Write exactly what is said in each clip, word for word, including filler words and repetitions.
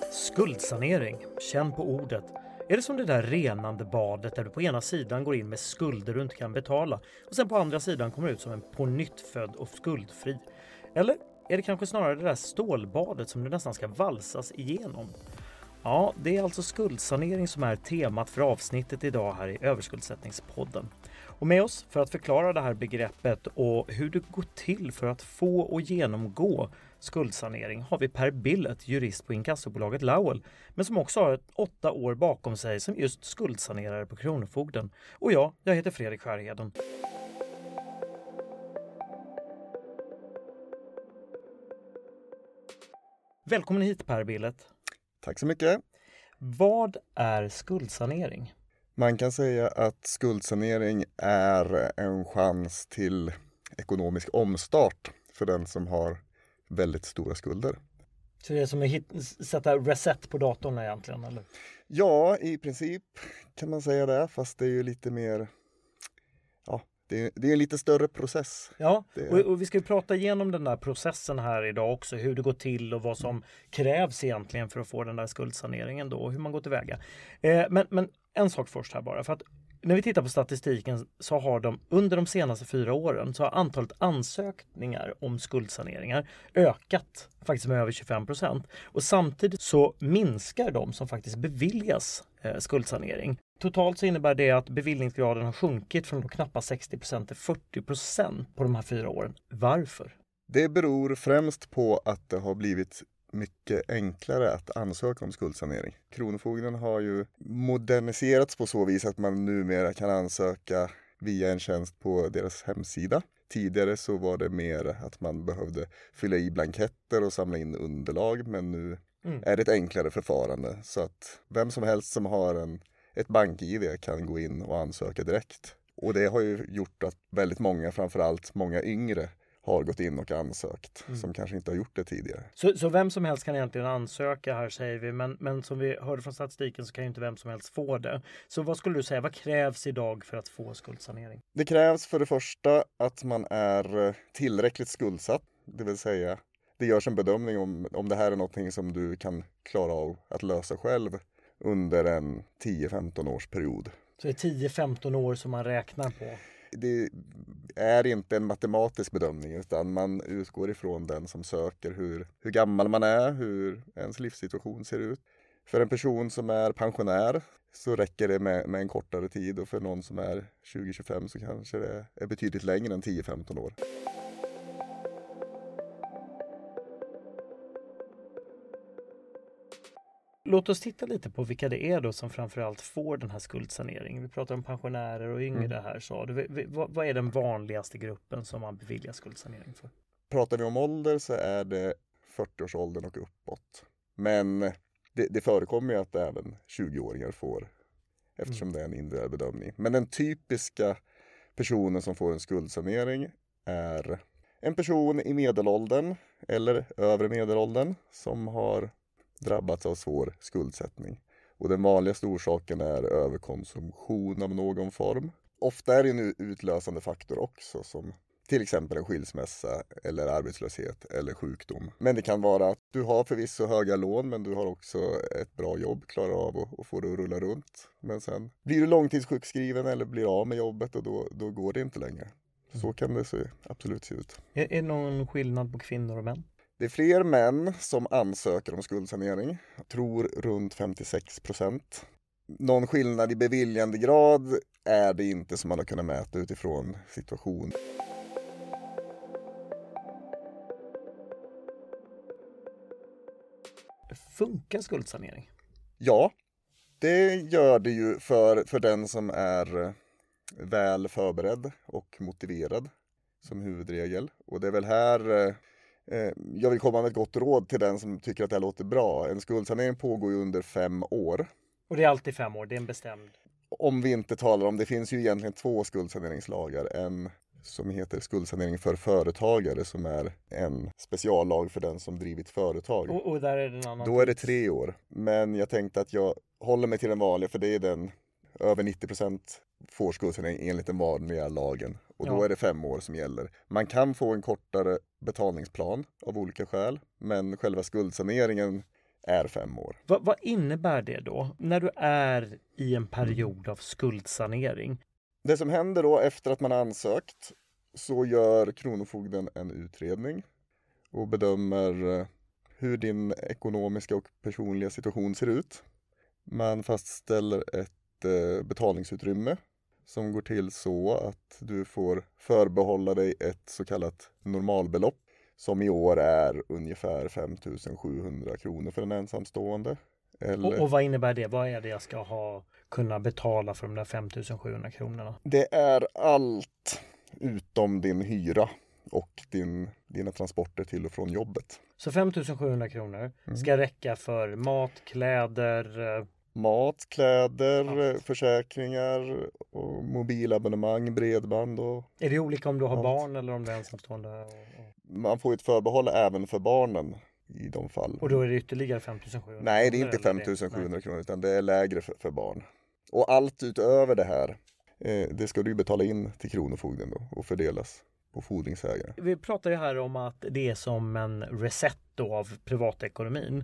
Skuldsanering, känn på ordet. Är det som det där renande badet där du på ena sidan går in med skulder du inte kan betala och sen på andra sidan kommer ut som en pånyttfödd och skuldfri? Eller är det kanske snarare det där stålbadet som du nästan ska valsas igenom? Ja, det är alltså skuldsanering som är temat för avsnittet idag här i Överskuldsättningspodden. Och med oss för att förklara det här begreppet och hur det går till för att få och genomgå skuldsanering har vi Per Billett, jurist på inkassobolaget Lowell, men som också har ett åtta år bakom sig som just skuldsanerare på Kronofogden. Och jag, jag heter Fredrik Skärheden. Välkommen hit Per Billett. Tack så mycket. Vad är skuldsanering? Man kan säga att skuldsanering är en chans till ekonomisk omstart för den som har väldigt stora skulder. Så det är som att hit, sätta reset på datorn egentligen, eller? Ja, i princip kan man säga det, fast det är ju lite mer... Ja, det är, det är en lite större process. Ja, det... och, och vi ska ju prata igenom den där processen här idag också. Hur det går till och vad som krävs egentligen för att få den där skuldsaneringen då. Och hur man går tillväga. Eh, men, men en sak först här bara. För att när vi tittar på statistiken så har de under de senaste fyra åren så har antalet ansökningar om skuldsaneringar ökat faktiskt med över tjugofem procent. Och samtidigt så minskar de som faktiskt beviljas eh, skuldsanering. Totalt så innebär det att beviljningsgraden har sjunkit från knappt sextio procent till fyrtio procent på de här fyra åren. Varför? Det beror främst på att det har blivit mycket enklare att ansöka om skuldsanering. Kronofogden har ju moderniserats på så vis att man numera kan ansöka via en tjänst på deras hemsida. Tidigare så var det mer att man behövde fylla i blanketter och samla in underlag, men nu mm. är det ett enklare förfarande så att vem som helst som har en, ett bank-I D kan gå in och ansöka direkt. Och det har ju gjort att väldigt många, framförallt många yngre, har gått in och ansökt mm. som kanske inte har gjort det tidigare. Så, så vem som helst kan egentligen ansöka här säger vi, men, men som vi hörde från statistiken så kan ju inte vem som helst få det. Så vad skulle du säga, vad krävs idag för att få skuldsanering? Det krävs för det första att man är tillräckligt skuldsatt, det vill säga det görs en bedömning om, om det här är någonting som du kan klara av att lösa själv under en tio till femton års period. Så det är tio till femton år som man räknar på? Det är inte en matematisk bedömning utan man utgår ifrån den som söker hur, hur gammal man är, hur ens livssituation ser ut. För en person som är pensionär så räcker det med, med en kortare tid och för någon som är tjugo till tjugofem så kanske det är betydligt längre än tio till femton år. Låt oss titta lite på vilka det är då som framförallt får den här skuldsaneringen. Vi pratar om pensionärer och yngre här. Så. Vad är den vanligaste gruppen som man beviljar skuldsanering för? Pratar vi om ålder så är det fyrtioårsåldern och uppåt. Men det, det förekommer ju att även tjugoåringar får, eftersom mm. det är en individuell bedömning. Men den typiska personen som får en skuldsanering är en person i medelåldern eller övre medelåldern som har drabbats av svår skuldsättning. Och den vanligaste orsaken är överkonsumtion av någon form. Ofta är det en utlösande faktor också som till exempel en skilsmässa eller arbetslöshet eller sjukdom. Men det kan vara att du har förvisso höga lån men du har också ett bra jobb, klarar av och får det att rulla runt. Men sen blir du långtidssjukskriven eller blir av med jobbet och då, då går det inte längre. Så kan det se, absolut se ut. Är det någon skillnad på kvinnor och män? Det är fler män som ansöker om skuldsanering. Jag tror runt femtiosex procent. Någon skillnad i beviljandegrad är det inte som man har kunnat mäta utifrån situation. Funkar skuldsanering? Ja, det gör det ju för, för den som är väl förberedd och motiverad som huvudregel. Och det är väl här... Jag vill komma med ett gott råd till den som tycker att det här låter bra. En skuldsanering pågår ju under fem år. Och det är alltid fem år, det är en bestämd. Om vi inte talar om, det finns ju egentligen två skuldsaneringslagar. En som heter skuldsanering för företagare som är en speciallag för den som drivit företag. Och, och där är det en annan. Då är det tre år. Men jag tänkte att jag håller mig till den vanliga för det är den över nittio procent får skuldsanering enligt den vanliga lagen. Och då ja. är det fem år som gäller. Man kan få en kortare betalningsplan av olika skäl. Men själva skuldsaneringen är fem år. Va, vad innebär det då när du är i en period av skuldsanering? Det som händer då efter att man har ansökt, så gör Kronofogden en utredning och bedömer hur din ekonomiska och personliga situation ser ut. Man fastställer ett eh, betalningsutrymme som går till så att du får förbehålla dig ett så kallat normalbelopp som i år är ungefär fem tusen sjuhundra kronor för en ensamstående. Eller... Och, och vad innebär det? Vad är det jag ska ha kunna betala för de där fem tusen sjuhundra kronorna? Det är allt utom din hyra och din, dina transporter till och från jobbet. Så fem tusen sjuhundra kronor Mm. ska räcka för mat, kläder... eh, Mat, kläder, Allt. försäkringar, och mobilabonnemang, bredband. Och Är det olika om du har Allt. barn eller om du är ensamstående? Och, och... man får ett förbehåll även för barnen i de fall. och då är det ytterligare fem tusen sjuhundra? Nej, det är inte eller? fem tusen sjuhundra kronor utan det är lägre för, för barn. Och allt utöver det här, eh, det ska du ju betala in till Kronofogden då och fördelas på fordringsägare. Vi pratar ju här om att det är som en reset då av privatekonomin.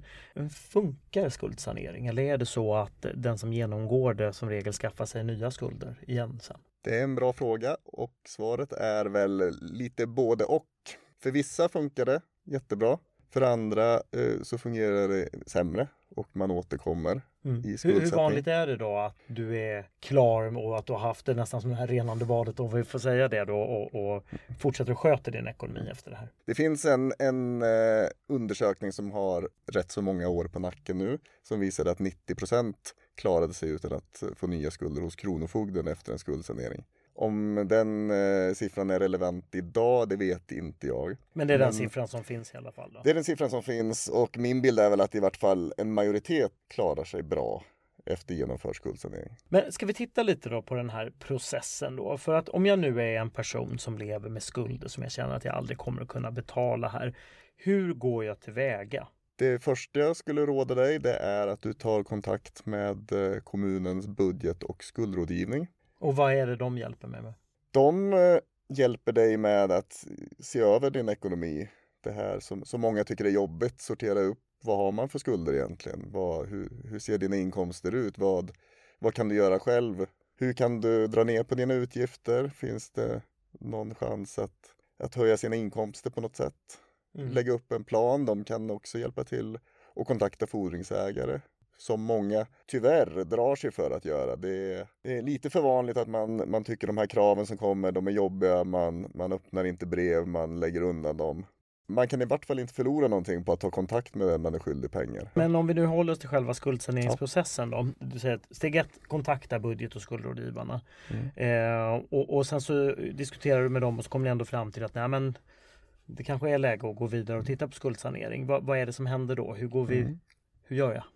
Funkar skuldsanering eller är det så att den som genomgår det som regel skaffar sig nya skulder igen sen? Det är en bra fråga och svaret är väl lite både och. För vissa funkar det jättebra. För andra eh, så fungerar det sämre och man återkommer Mm. i Hur, hur skuldsättning. vanligt är det då att du är klar och att du har haft det nästan som det här renande badet, om vi får säga det då, och, och fortsätter att sköta din ekonomi efter det här? Det finns en, en eh, undersökning som har rätt så många år på nacken nu som visade att nittio procent klarade sig utan att få nya skulder hos Kronofogden efter en skuldsanering. Om den eh, siffran är relevant idag, det vet inte jag. Men det är den Men- siffran som finns i alla fall då? Det är den siffran som finns och min bild är väl att i vart fall en majoritet klarar sig bra efter genomförd skuldsanering. Men ska vi titta lite då på den här processen då? För att om jag nu är en person som lever med skulder som jag känner att jag aldrig kommer att kunna betala här. Hur går jag tillväga? Det första jag skulle råda dig, det är att du tar kontakt med eh, kommunens budget- och skuldrådgivning. Och vad är det de hjälper mig med? De eh, hjälper dig med att se över din ekonomi. Det här som, som många tycker är jobbigt, sortera upp. Vad har man för skulder egentligen? Vad, hur, hur ser dina inkomster ut? Vad, vad kan du göra själv? Hur kan du dra ner på dina utgifter? Finns det någon chans att, att höja sina inkomster på något sätt? Mm. Lägga upp en plan. De kan också hjälpa till och kontakta fordringsägare. Som många tyvärr drar sig för att göra. Det är, det är lite för vanligt att man, man tycker de här kraven som kommer, de är jobbiga. Man, man öppnar inte brev, man lägger undan dem. Man kan i vart fall inte förlora någonting på att ta kontakt med den man är skyldig pengar. Men om vi nu håller oss till själva skuldsaneringsprocessen då. Du säger att steg ett, kontakta budget- och skuldrådgivarna. Mm. Eh, och, och sen så diskuterar du med dem och så kommer ni ändå fram till att nej, men det kanske är läge att gå vidare och titta på skuldsanering. Va, vad är det som händer då? Hur går vi? Mm. Hur gör jag?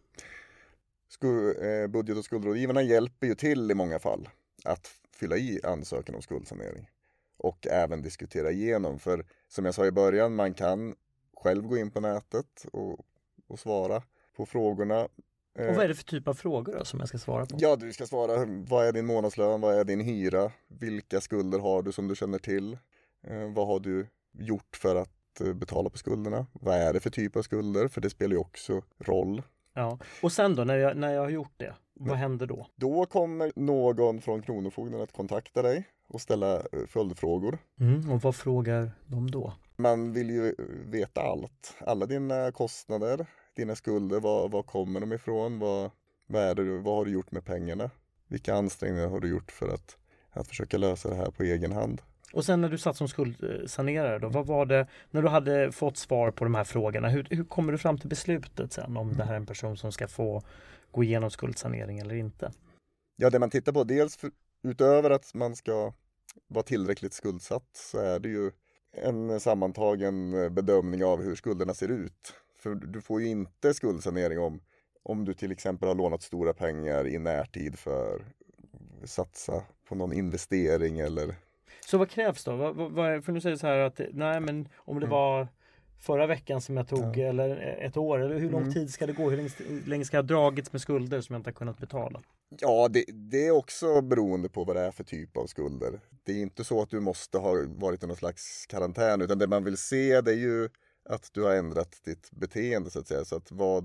Sku, eh, budget- och skuldrådgivarna hjälper ju till i många fall att fylla i ansökan om skuldsanering. Och även diskutera igenom. För som jag sa i början, man kan själv gå in på nätet och, och svara på frågorna. Eh, Och vad är det för typ av frågor då som jag ska svara på? Ja, du ska svara. Vad är din månadslön? Vad är din hyra? Vilka skulder har du som du känner till? Eh, vad har du gjort för att eh, betala på skulderna? Vad är det för typ av skulder? För det spelar ju också roll. Ja. Och sen då, när jag, när jag har gjort det, vad Mm. händer då? Då kommer någon från Kronofogden att kontakta dig och ställa eh, följdfrågor. Mm, och vad frågar de då? Man vill ju veta allt. Alla dina kostnader, dina skulder, var, var kommer de ifrån? Vad, vad, är det, vad har du gjort med pengarna? Vilka ansträngningar har du gjort för att, att försöka lösa det här på egen hand? Och sen när du satt som skuldsanerare då, vad var det, när du hade fått svar på de här frågorna, hur, hur kommer du fram till beslutet sen om det här är en person som ska få gå igenom skuldsanering eller inte? Ja, det man tittar på, dels för, utöver att man ska vara tillräckligt skuldsatt, så är det ju en sammantagen bedömning av hur skulderna ser ut. För du får ju inte skuldsanering om, om du till exempel har lånat stora pengar i närtid för att satsa på någon investering eller... Så vad krävs då? Vad, vad, vad- för nu säger du så här att nej, men om det Mm. var förra veckan som jag tog Ja. eller ett år, eller hur lång Mm. tid ska det gå? Hur länge, hur länge ska jag ha dragits med skulder som jag inte har kunnat betala? Ja, det, det är också beroende på vad det är för typ av skulder. Det är inte så att du måste ha varit i någon slags karantän, utan det man vill se det är ju att du har ändrat ditt beteende så att säga. Så att vad,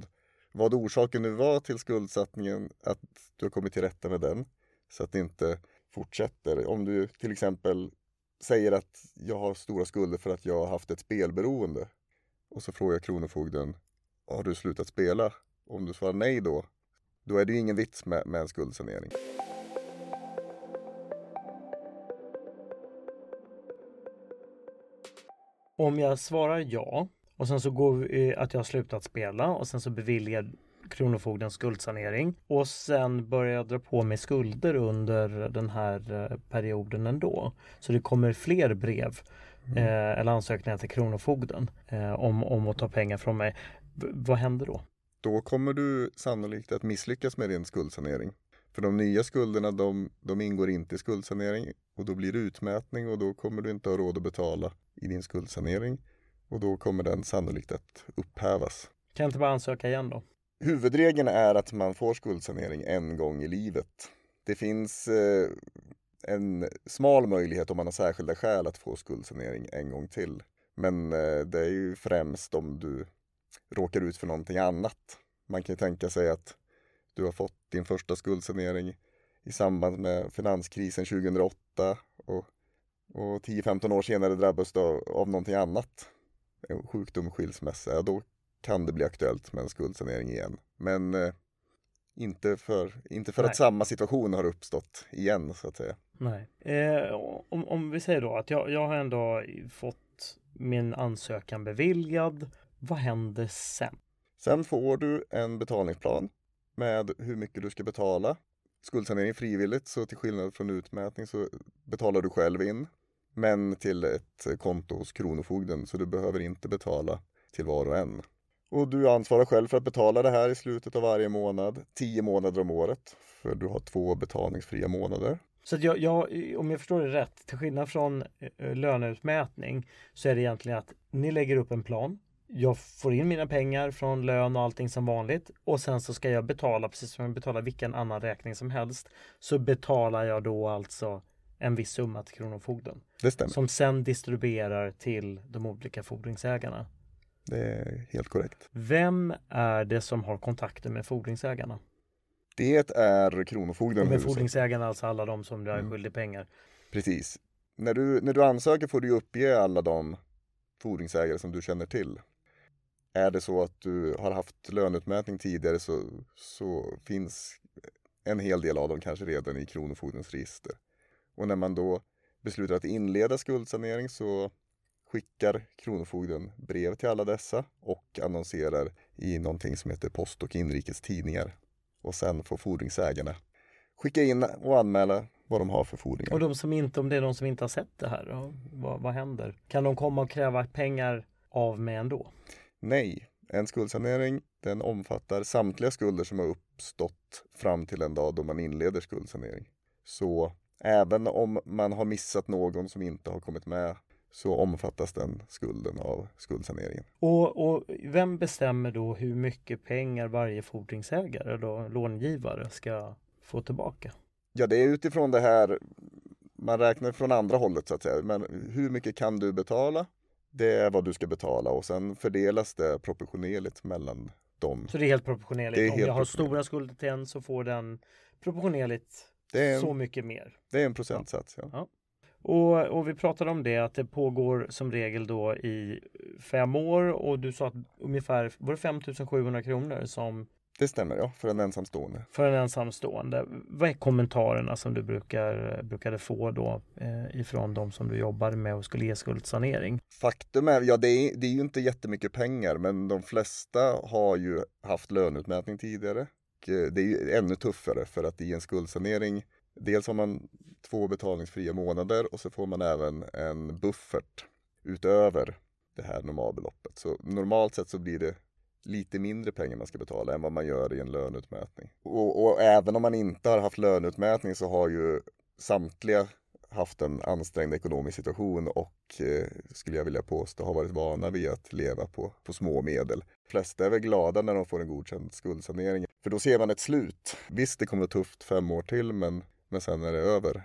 vad orsaken nu var till skuldsättningen, att du har kommit till rätta med den så att det inte fortsätter. Om du till exempel säger att jag har stora skulder för att jag har haft ett spelberoende och så frågar Kronofogden, har du slutat spela? Om du svarar nej då, då är det ju ingen vits med, med en skuldsanering. Om jag svarar ja och sen så går vi, att jag har slutat spela och sen så beviljar Kronofogden skuldsanering och sen börjar jag dra på mig skulder under den här perioden ändå. Så det kommer fler brev mm. eh, eller ansökningar till Kronofogden eh, om, om att ta pengar från mig. V- vad händer då? Då kommer du sannolikt att misslyckas med din skuldsanering. För de nya skulderna, de, de ingår inte i skuldsanering och då blir det utmätning och då kommer du inte ha råd att betala i din skuldsanering och då kommer den sannolikt att upphävas. Kan jag inte bara ansöka igen då? Huvudregeln är att man får skuldsanering en gång i livet. Det finns eh, en smal möjlighet om man har särskilda skäl att få skuldsanering en gång till. Men eh, det är ju främst om du råkar ut för någonting annat. Man kan ju tänka sig att du har fått din första skuldsanering i samband med finanskrisen tjugohundraåtta och, och tio femton år senare drabbas du av, av någonting annat. En sjukdom, skilsmässa, ja, då kan det bli aktuellt med en skuldsanering igen. Men eh, inte för, inte för att samma situation har uppstått igen så att säga. Nej. Eh, om, om vi säger då att jag, jag har ändå fått min ansökan beviljad. Vad händer sen? Sen får du en betalningsplan med hur mycket du ska betala. Skuldsanering är frivilligt så till skillnad från utmätning så betalar du själv in. Men till ett konto hos Kronofogden så du behöver inte betala till var och en. Och du ansvarar själv för att betala det här i slutet av varje månad. Tio månader om året. För du har två betalningsfria månader. Så att jag, jag, om jag förstår det rätt, till skillnad från eh, löneutmätning så är det egentligen att ni lägger upp en plan. Jag får in mina pengar från lön och allting som vanligt. Och sen så ska jag betala, precis som jag betalar vilken annan räkning som helst. Så betalar jag då alltså en viss summa till Kronofogden. Det stämmer. Som sen distribuerar till de olika fordringsägarna. Det är helt korrekt. Vem är det som har kontakter med fordringsägarna? Det är Kronofogden. Och med fordringsägarna, alltså alla de som du är mm. skyldig pengar. Precis. När du, när du ansöker får du uppge alla de fordringsägare som du känner till. Är det så att du har haft löneutmätning tidigare så, så finns en hel del av dem kanske redan i Kronofogdens register. Och när man då beslutar att inleda skuldsanering så skickar Kronofogden brev till alla dessa och annonserar i någonting som heter Post- och Inrikes Tidningar. Och sen får fordringsägarna skicka in och anmäla vad de har för fordringar. Och de som inte, om det är de som inte har sett det här, vad, vad händer? Kan de komma och kräva pengar av mig ändå? Nej, en skuldsanering den omfattar samtliga skulder som har uppstått fram till en dag då man inleder skuldsanering. Så även om man har missat någon som inte har kommit med så omfattas den skulden av skuldsaneringen. Och, och vem bestämmer då hur mycket pengar varje fordringsägare, då långivare, ska få tillbaka? Ja, det är utifrån det här, man räknar från andra hållet så att säga. Men hur mycket kan du betala? Det är vad du ska betala och sen fördelas det proportionerligt mellan dem. Så det är helt proportionerligt? Det är Om helt jag har stora skulder till en så får den proportionerligt det är en, så mycket mer? Det är en procentsats, ja. ja. Och, och vi pratade om det att det pågår som regel då i fem år och du sa att ungefär, var det fem tusen sjuhundra kronor som... Det stämmer, ja, för en ensamstående. För en ensamstående. Vad är kommentarerna som du brukar, brukade få då eh, ifrån de som du jobbade med och skulle ge skuldsanering? Faktum är, ja det är, det är ju inte jättemycket pengar men de flesta har ju haft löneutmätning tidigare. Och det är ju ännu tuffare för att i en skuldsanering dels har man två betalningsfria månader och så får man även en buffert utöver det här normalbeloppet. Så normalt sett så blir det lite mindre pengar man ska betala än vad man gör i en löneutmätning. Och, och även om man inte har haft löneutmätning så har ju samtliga haft en ansträngd ekonomisk situation och eh, skulle jag vilja påstå har varit vana vid att leva på, på små medel. De flesta är väl glada när de får en godkänd skuldsanering. För då ser man ett slut. Visst, det kommer tufft fem år till men, men sen är det över.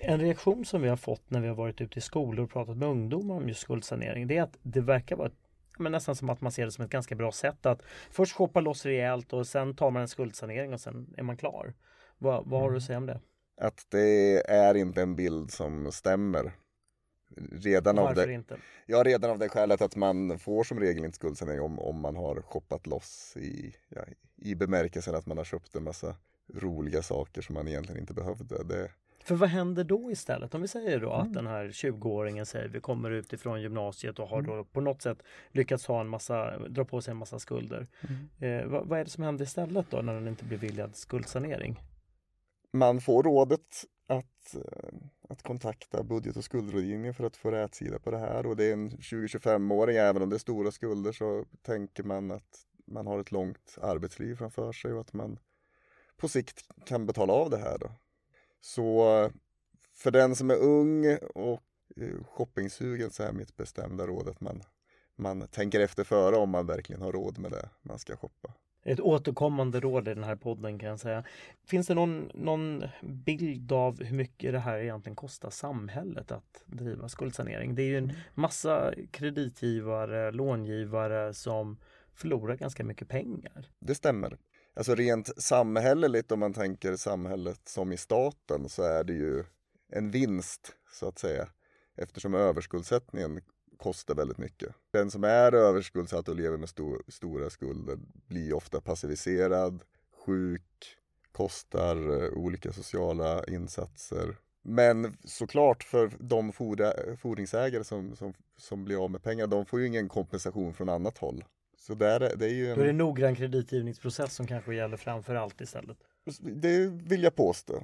En reaktion som vi har fått när vi har varit ute i skolor och pratat med ungdomar om just skuldsanering, det är att det verkar vara men nästan som att man ser det som ett ganska bra sätt att först shoppa loss rejält och sen tar man en skuldsanering och sen är man klar. Vad, vad har du att säga om det? Att det är inte en bild som stämmer. Redan av Varför det, inte? Ja, redan av det skälet att man får som regel inte skuldsanering om, om man har shoppat loss i, ja, i bemärkelsen att man har köpt en massa roliga saker som man egentligen inte behövde. Det... För vad händer då istället? Om vi säger då Mm. att den här tjugoåringen säger vi kommer ut ifrån gymnasiet och har Mm. då på något sätt lyckats ha en massa, dra på sig en massa skulder. Mm. Eh, vad, vad är det som händer istället då när den inte blir beviljad skuldsanering? Man får rådet att, att kontakta budget- och skuldrådgivningen för att få rätsida på det här. Och det är en tjugo till tjugofem-åring, även om det är stora skulder så tänker man att man har ett långt arbetsliv framför sig och att man på sikt kan betala av det här då. Så för den som är ung och shoppingsugen så är mitt bestämda råd att man, man tänker efter före om man verkligen har råd med det man ska shoppa. Ett återkommande råd i den här podden kan jag säga. Finns det någon, någon bild av hur mycket det här egentligen kostar samhället att driva skuldsanering? Det är ju en massa kreditgivare, långivare som förlorar ganska mycket pengar. Det stämmer. Alltså rent samhälleligt, om man tänker samhället som i staten, så är det ju en vinst så att säga. Eftersom överskuldsättningen kostar väldigt mycket. Den som är överskuldsatt och lever med stor, stora skulder blir ofta passiviserad, sjuk, kostar uh, olika sociala insatser. Men såklart för de fordra, fordringsägare som, som, som blir av med pengar, de får ju ingen kompensation från annat håll. Så där, det är ju en... Då är det noggrann kreditgivningsprocess som kanske gäller framför allt istället. Det vill jag påstå.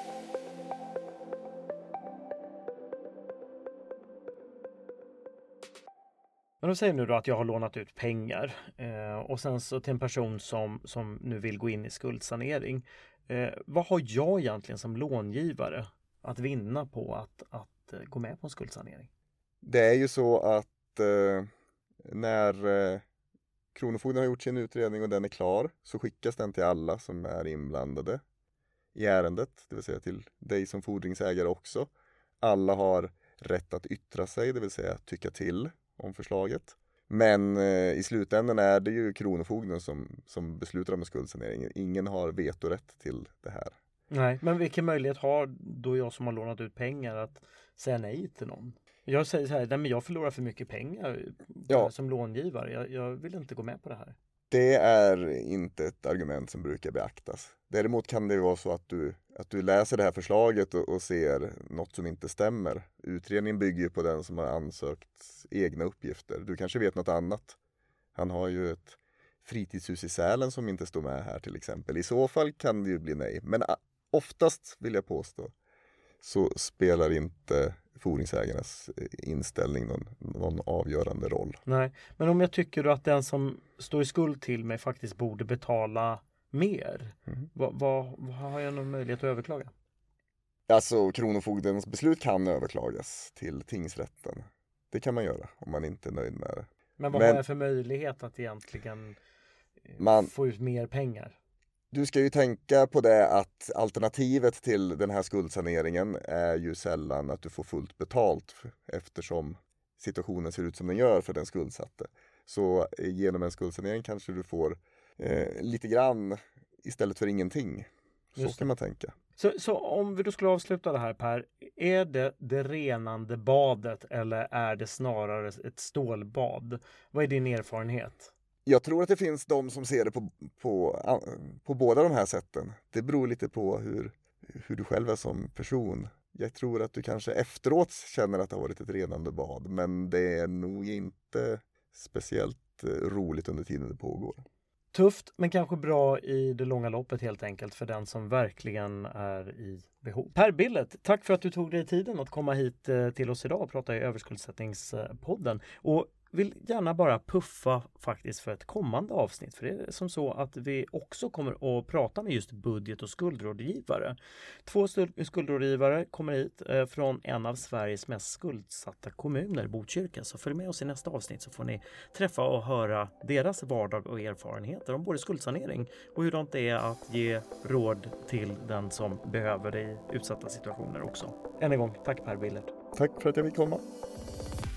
Men de säger nu då att jag har lånat ut pengar eh, och sen så till en person som, som nu vill gå in i skuldsanering. Eh, vad har jag egentligen som långivare att vinna på att, att eh, gå med på en skuldsanering? Det är ju så att eh, när eh, Kronofogden har gjort sin utredning och den är klar så skickas den till alla som är inblandade i ärendet, det vill säga till dig som fordringsägare också. Alla har rätt att yttra sig, det vill säga tycka till om förslaget. Men eh, i slutändan är det ju Kronofogden som, som beslutar om en skuldsanering. Ingen har vetorätt till det här. Nej, men vilken möjlighet har då jag som har lånat ut pengar att säga nej till någon? Jag säger så här, nej men jag förlorar för mycket pengar Ja. som långivare. Jag, jag vill inte gå med på det här. Det är inte ett argument som brukar beaktas. Däremot kan det vara så att du, att du läser det här förslaget och, och ser något som inte stämmer. Utredningen bygger ju på den som har ansökt egna uppgifter. Du kanske vet något annat. Han har ju ett fritidshus i Sälen som inte står med här till exempel. I så fall kan det ju bli nej. Men oftast vill jag påstå så spelar inte fordringsägarnas inställning någon, någon avgörande roll. Nej, men om jag tycker då att den som står i skuld till mig faktiskt borde betala mer, Mm. vad, vad, vad har jag någon möjlighet att överklaga? Alltså Kronofogdens beslut kan överklagas till tingsrätten. Det kan man göra om man inte är nöjd med det. Men vad Men- har jag för möjlighet att egentligen eh, Man- få ut mer pengar? Du ska ju tänka på det att alternativet till den här skuldsaneringen är ju sällan att du får fullt betalt eftersom situationen ser ut som den gör för den skuldsatte. Så genom en skuldsanering kanske du får eh, lite grann istället för ingenting. Så Just det. kan man tänka. Så, så om vi då skulle avsluta det här, Per, är det det renande badet eller är det snarare ett stålbad? Vad är din erfarenhet? Jag tror att det finns de som ser det på, på, på båda de här sätten. Det beror lite på hur, hur du själv är som person. Jag tror att du kanske efteråt känner att det har varit ett renande bad. Men det är nog inte speciellt roligt under tiden det pågår. Tufft, men kanske bra i det långa loppet helt enkelt för den som verkligen är i behov. Per Billett, tack för att du tog dig tiden att komma hit till oss idag och prata i överskuldsättningspodden. Och vill gärna bara puffa faktiskt för ett kommande avsnitt. För det är som så att vi också kommer att prata med just budget- och skuldrådgivare. Två skuldrådgivare kommer hit eh, från en av Sveriges mest skuldsatta kommuner, Botkyrka. Så följ med oss i nästa avsnitt så får ni träffa och höra deras vardag och erfarenheter om både skuldsanering och hur det är att ge råd till den som behöver det i utsatta situationer också. Än en gång, tack Per Billert. Tack för att jag fick komma.